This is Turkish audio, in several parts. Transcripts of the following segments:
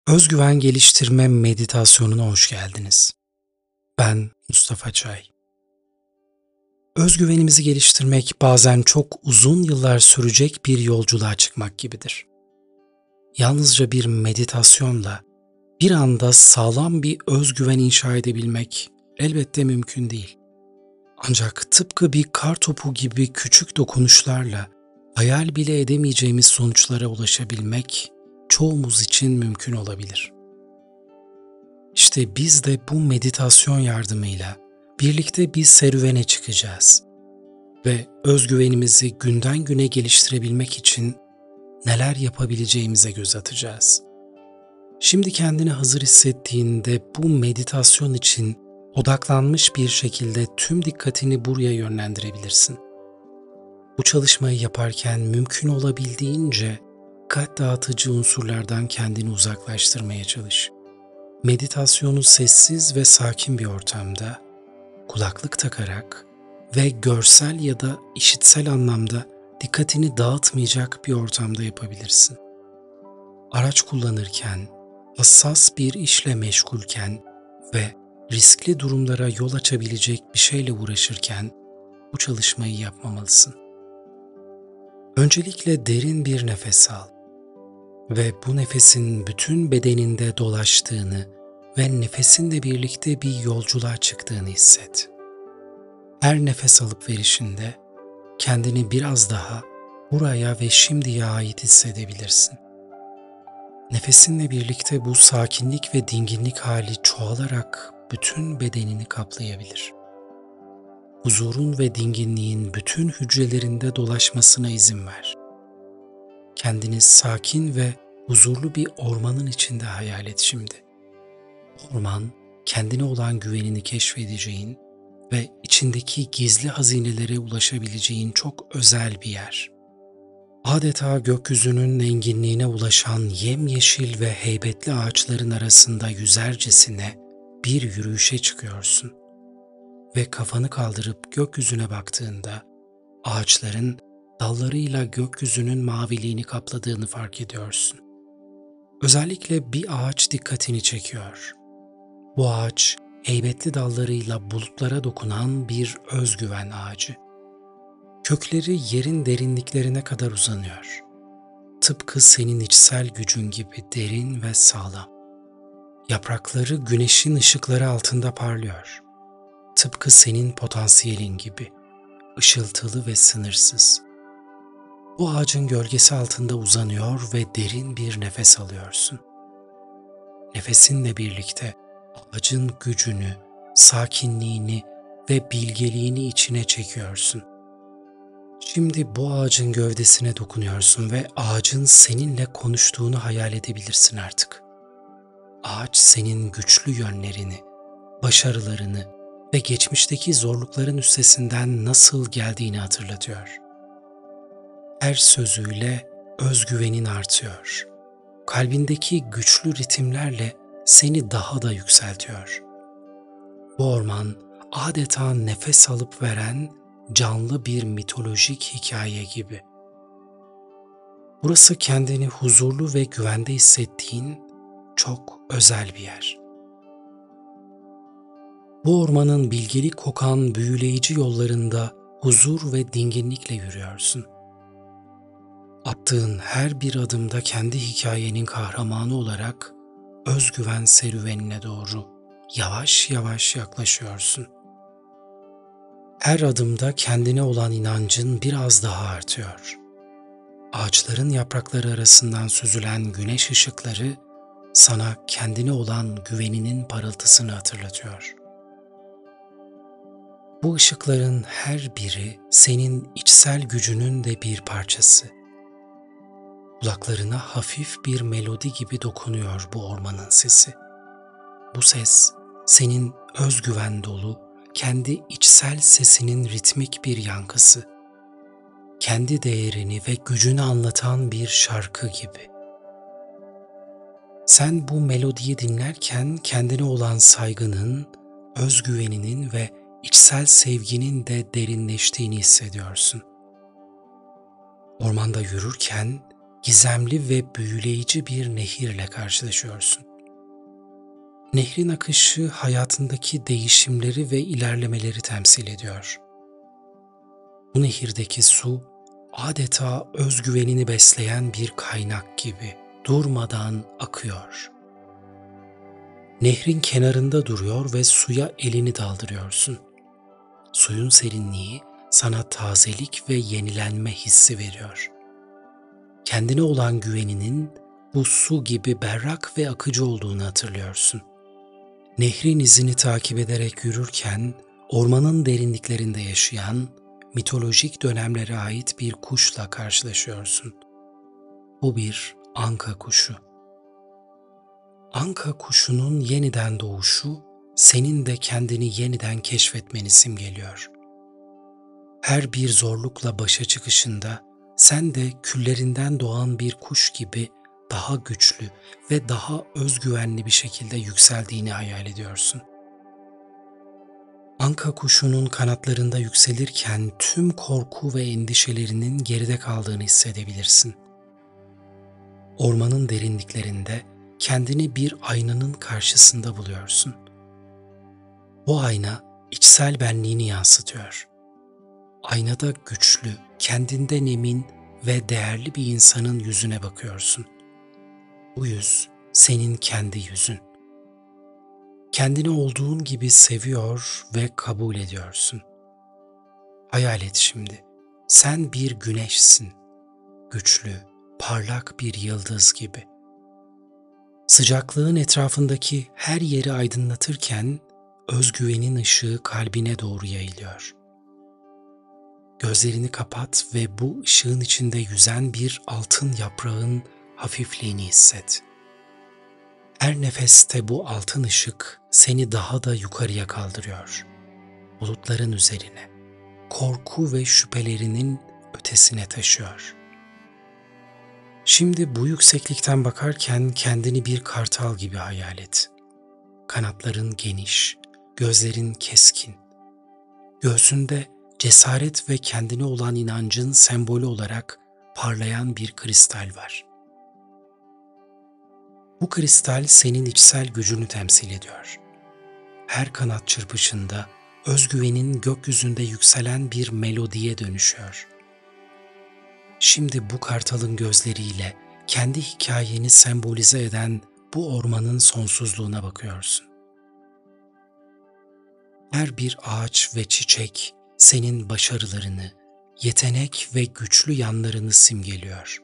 Özgüven geliştirme meditasyonuna hoş geldiniz. Ben Mustafa Çay. Özgüvenimizi geliştirmek bazen çok uzun yıllar sürecek bir yolculuğa çıkmak gibidir. Yalnızca bir meditasyonla bir anda sağlam bir özgüven inşa edebilmek elbette mümkün değil. Ancak tıpkı bir kartopu gibi küçük dokunuşlarla hayal bile edemeyeceğimiz sonuçlara ulaşabilmek çoğumuz için mümkün olabilir. İşte biz de bu meditasyon yardımıyla birlikte bir serüvene çıkacağız ve özgüvenimizi günden güne geliştirebilmek için neler yapabileceğimize göz atacağız. Şimdi kendini hazır hissettiğinde bu meditasyon için odaklanmış bir şekilde tüm dikkatini buraya yönlendirebilirsin. Bu çalışmayı yaparken mümkün olabildiğince dikkat dağıtıcı unsurlardan kendini uzaklaştırmaya çalış. Meditasyonu sessiz ve sakin bir ortamda, kulaklık takarak ve görsel ya da işitsel anlamda dikkatini dağıtmayacak bir ortamda yapabilirsin. Araç kullanırken, hassas bir işle meşgulken ve riskli durumlara yol açabilecek bir şeyle uğraşırken bu çalışmayı yapmamalısın. Öncelikle derin bir nefes al ve bu nefesin bütün bedeninde dolaştığını ve nefesinle birlikte bir yolculuğa çıktığını hisset. Her nefes alıp verişinde kendini biraz daha buraya ve şimdiye ait hissedebilirsin. Nefesinle birlikte bu sakinlik ve dinginlik hali çoğalarak bütün bedenini kaplayabilir. Huzurun ve dinginliğin bütün hücrelerinde dolaşmasına izin ver. Kendini sakin ve huzurlu bir ormanın içinde hayal et şimdi. Orman, kendine olan güvenini keşfedeceğin ve içindeki gizli hazinelere ulaşabileceğin çok özel bir yer. Adeta gökyüzünün enginliğine ulaşan yemyeşil ve heybetli ağaçların arasında yüzercesine bir yürüyüşe çıkıyorsun. Ve kafanı kaldırıp gökyüzüne baktığında ağaçların dallarıyla gökyüzünün maviliğini kapladığını fark ediyorsun. Özellikle bir ağaç dikkatini çekiyor. Bu ağaç heybetli dallarıyla bulutlara dokunan bir özgüven ağacı. Kökleri yerin derinliklerine kadar uzanıyor. Tıpkı senin içsel gücün gibi derin ve sağlam. Yaprakları güneşin ışıkları altında parlıyor. Tıpkı senin potansiyelin gibi, ışıltılı ve sınırsız. Bu ağacın gölgesi altında uzanıyor ve derin bir nefes alıyorsun. Nefesinle birlikte ağacın gücünü, sakinliğini ve bilgeliğini içine çekiyorsun. Şimdi bu ağacın gövdesine dokunuyorsun ve ağacın seninle konuştuğunu hayal edebilirsin artık. Ağaç senin güçlü yönlerini, başarılarını ve geçmişteki zorlukların üstesinden nasıl geldiğini hatırlatıyor. Her sözüyle özgüvenin artıyor. Kalbindeki güçlü ritimlerle seni daha da yükseltiyor. Bu orman adeta nefes alıp veren canlı bir mitolojik hikaye gibi. Burası kendini huzurlu ve güvende hissettiğin çok özel bir yer. Bu ormanın bilgelik kokan büyüleyici yollarında huzur ve dinginlikle yürüyorsun. Attığın her bir adımda kendi hikayenin kahramanı olarak özgüven serüvenine doğru yavaş yavaş yaklaşıyorsun. Her adımda kendine olan inancın biraz daha artıyor. Ağaçların yaprakları arasından süzülen güneş ışıkları sana kendine olan güveninin parıltısını hatırlatıyor. Bu ışıkların her biri senin içsel gücünün de bir parçası. Kulaklarına hafif bir melodi gibi dokunuyor bu ormanın sesi. Bu ses senin özgüven dolu, kendi içsel sesinin ritmik bir yankısı. Kendi değerini ve gücünü anlatan bir şarkı gibi. Sen bu melodiyi dinlerken kendine olan saygının, özgüveninin ve içsel sevginin de derinleştiğini hissediyorsun. Ormanda yürürken gizemli ve büyüleyici bir nehirle karşılaşıyorsun. Nehrin akışı hayatındaki değişimleri ve ilerlemeleri temsil ediyor. Bu nehirdeki su adeta özgüvenini besleyen bir kaynak gibi durmadan akıyor. Nehrin kenarında duruyor ve suya elini daldırıyorsun. Suyun serinliği sana tazelik ve yenilenme hissi veriyor. Kendine olan güveninin bu su gibi berrak ve akıcı olduğunu hatırlıyorsun. Nehrin izini takip ederek yürürken ormanın derinliklerinde yaşayan mitolojik dönemlere ait bir kuşla karşılaşıyorsun. Bu bir anka kuşu. Anka kuşunun yeniden doğuşu senin de kendini yeniden keşfetmeni simgeliyor. Her bir zorlukla başa çıkışında sen de küllerinden doğan bir kuş gibi daha güçlü ve daha özgüvenli bir şekilde yükseldiğini hayal ediyorsun. Anka kuşunun kanatlarında yükselirken tüm korku ve endişelerinin geride kaldığını hissedebilirsin. Ormanın derinliklerinde kendini bir aynanın karşısında buluyorsun. Bu ayna içsel benliğini yansıtıyor. Aynada güçlü, kendinden emin ve değerli bir insanın yüzüne bakıyorsun. Bu yüz senin kendi yüzün. Kendini olduğun gibi seviyor ve kabul ediyorsun. Hayal et şimdi. Sen bir güneşsin. Güçlü, parlak bir yıldız gibi. Sıcaklığın etrafındaki her yeri aydınlatırken özgüvenin ışığı kalbine doğru yayılıyor. Gözlerini kapat ve bu ışığın içinde yüzen bir altın yaprağın hafifliğini hisset. Her nefeste bu altın ışık seni daha da yukarıya kaldırıyor. Bulutların üzerine, korku ve şüphelerinin ötesine taşıyor. Şimdi bu yükseklikten bakarken kendini bir kartal gibi hayal et. Kanatların geniş, gözlerin keskin. Göğsünde cesaret ve kendine olan inancın sembolü olarak parlayan bir kristal var. Bu kristal senin içsel gücünü temsil ediyor. Her kanat çırpışında özgüvenin gökyüzünde yükselen bir melodiye dönüşüyor. Şimdi bu kartalın gözleriyle kendi hikayeni sembolize eden bu ormanın sonsuzluğuna bakıyorsun. Her bir ağaç ve çiçek senin başarılarını, yetenek ve güçlü yanlarını simgeliyor.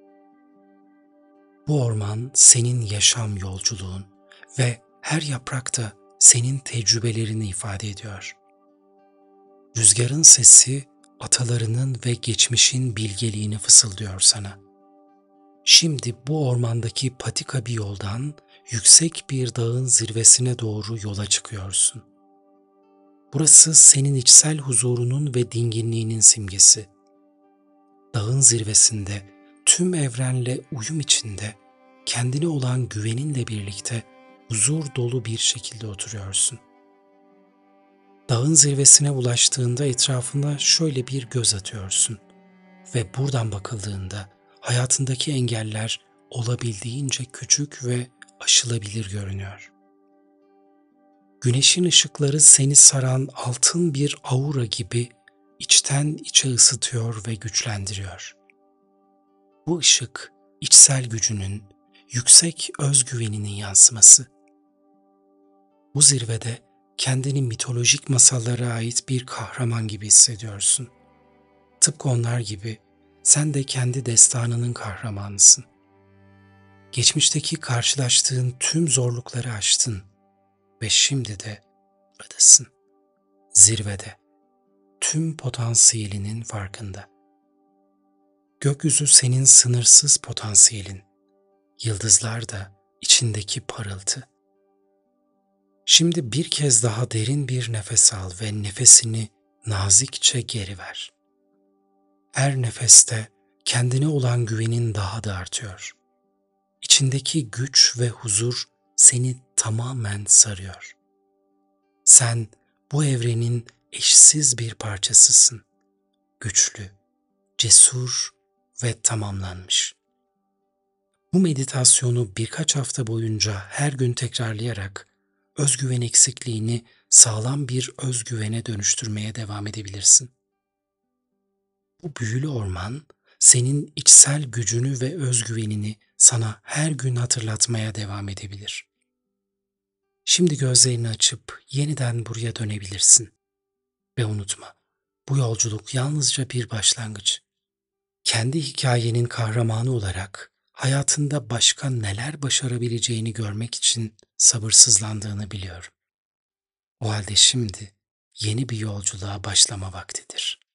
Bu orman senin yaşam yolculuğun ve her yaprak da senin tecrübelerini ifade ediyor. Rüzgarın sesi atalarının ve geçmişin bilgeliğini fısıldıyor sana. Şimdi bu ormandaki patika bir yoldan yüksek bir dağın zirvesine doğru yola çıkıyorsun. Burası senin içsel huzurunun ve dinginliğinin simgesi. Dağın zirvesinde tüm evrenle uyum içinde kendine olan güveninle birlikte huzur dolu bir şekilde oturuyorsun. Dağın zirvesine ulaştığında etrafına şöyle bir göz atıyorsun ve buradan bakıldığında hayatındaki engeller olabildiğince küçük ve aşılabilir görünüyor. Güneşin ışıkları seni saran altın bir aura gibi içten içe ısıtıyor ve güçlendiriyor. Bu ışık içsel gücünün, yüksek özgüveninin yansıması. Bu zirvede kendini mitolojik masallara ait bir kahraman gibi hissediyorsun. Tıpkı onlar gibi sen de kendi destanının kahramanısın. Geçmişteki karşılaştığın tüm zorlukları aştın ve şimdi de buradasın. Zirvede, tüm potansiyelinin farkında. Gökyüzü senin sınırsız potansiyelin, yıldızlar da içindeki parıltı. Şimdi bir kez daha derin bir nefes al ve nefesini nazikçe geri ver. Her nefeste kendine olan güvenin daha da artıyor. İçindeki güç ve huzur seni tamamen sarıyor. Sen bu evrenin eşsiz bir parçasısın. Güçlü, cesur ve tamamlanmış. Bu meditasyonu birkaç hafta boyunca her gün tekrarlayarak özgüven eksikliğini sağlam bir özgüvene dönüştürmeye devam edebilirsin. Bu büyülü orman senin içsel gücünü ve özgüvenini sana her gün hatırlatmaya devam edebilir. Şimdi gözlerini açıp yeniden buraya dönebilirsin. Ve unutma, bu yolculuk yalnızca bir başlangıç. Kendi hikayenin kahramanı olarak hayatında başka neler başarabileceğini görmek için sabırsızlandığını biliyorum. O halde şimdi yeni bir yolculuğa başlama vaktidir.